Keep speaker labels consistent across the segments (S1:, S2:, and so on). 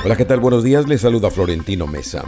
S1: Hola, ¿qué tal? Buenos días, les saluda Florentino Mesa.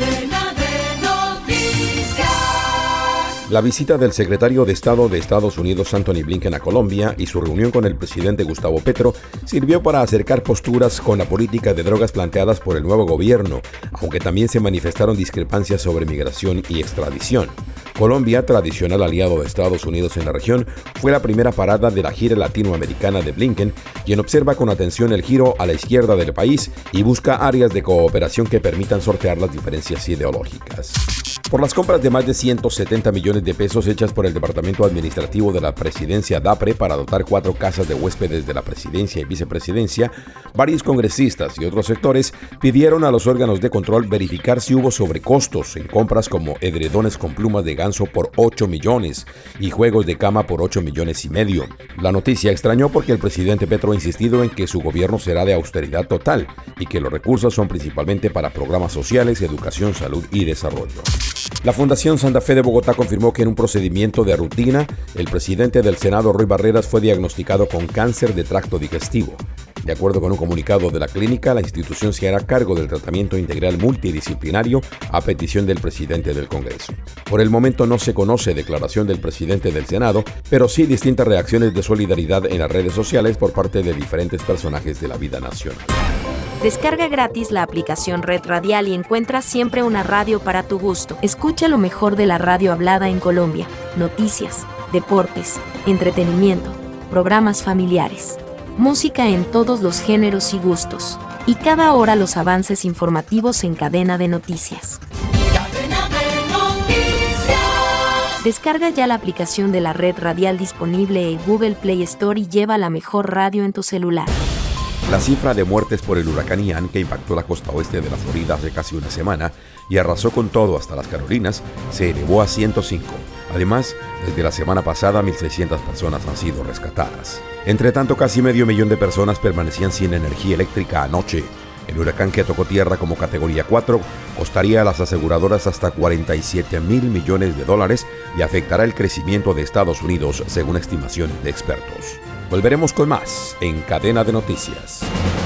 S1: La visita del secretario de Estado de Estados Unidos, Antony Blinken, a Colombia y su reunión con el presidente Gustavo Petro sirvió para acercar posturas con la política de drogas planteadas por el nuevo gobierno, aunque también se manifestaron discrepancias sobre migración y extradición. Colombia, tradicional aliado de Estados Unidos en la región, fue la primera parada de la gira latinoamericana de Blinken, quien observa con atención el giro a la izquierda del país y busca áreas de cooperación que permitan sortear las diferencias ideológicas. Por las compras de más de 170 millones de pesos hechas por el Departamento Administrativo de la Presidencia DAPRE para dotar 4 casas de huéspedes de la Presidencia y Vicepresidencia, varios congresistas y otros sectores pidieron a los órganos de control verificar si hubo sobrecostos en compras como edredones con plumas de ganso por 8 millones y juegos de cama por 8 millones y medio. La noticia extrañó porque el presidente Petro ha insistido en que su gobierno será de austeridad total y que los recursos son principalmente para programas sociales, educación, salud y desarrollo. La Fundación Santa Fe de Bogotá confirmó que en un procedimiento de rutina, el presidente del Senado, Roy Barreras, fue diagnosticado con cáncer de tracto digestivo. De acuerdo con un comunicado de la clínica, la institución se hará cargo del tratamiento integral multidisciplinario a petición del presidente del Congreso. Por el momento no se conoce declaración del presidente del Senado, pero sí distintas reacciones de solidaridad en las redes sociales por parte de diferentes personajes de la vida nacional.
S2: Descarga gratis la aplicación Red Radial y encuentra siempre una radio para tu gusto. Escucha lo mejor de la radio hablada en Colombia, noticias, deportes, entretenimiento, programas familiares, música en todos los géneros y gustos, y cada hora los avances informativos en Cadena de Noticias. Descarga ya la aplicación de la Red Radial disponible en Google Play Store y lleva la mejor radio en tu celular.
S1: La cifra de muertes por el huracán Ian, que impactó la costa oeste de la Florida hace casi una semana y arrasó con todo hasta las Carolinas, se elevó a 105. Además, desde la semana pasada, 1.600 personas han sido rescatadas. Entre tanto, casi medio millón de personas permanecían sin energía eléctrica anoche. El huracán, que tocó tierra como categoría 4, costaría a las aseguradoras hasta $47 mil millones y afectará el crecimiento de Estados Unidos, según estimaciones de expertos. Volveremos con más en Cadena de Noticias.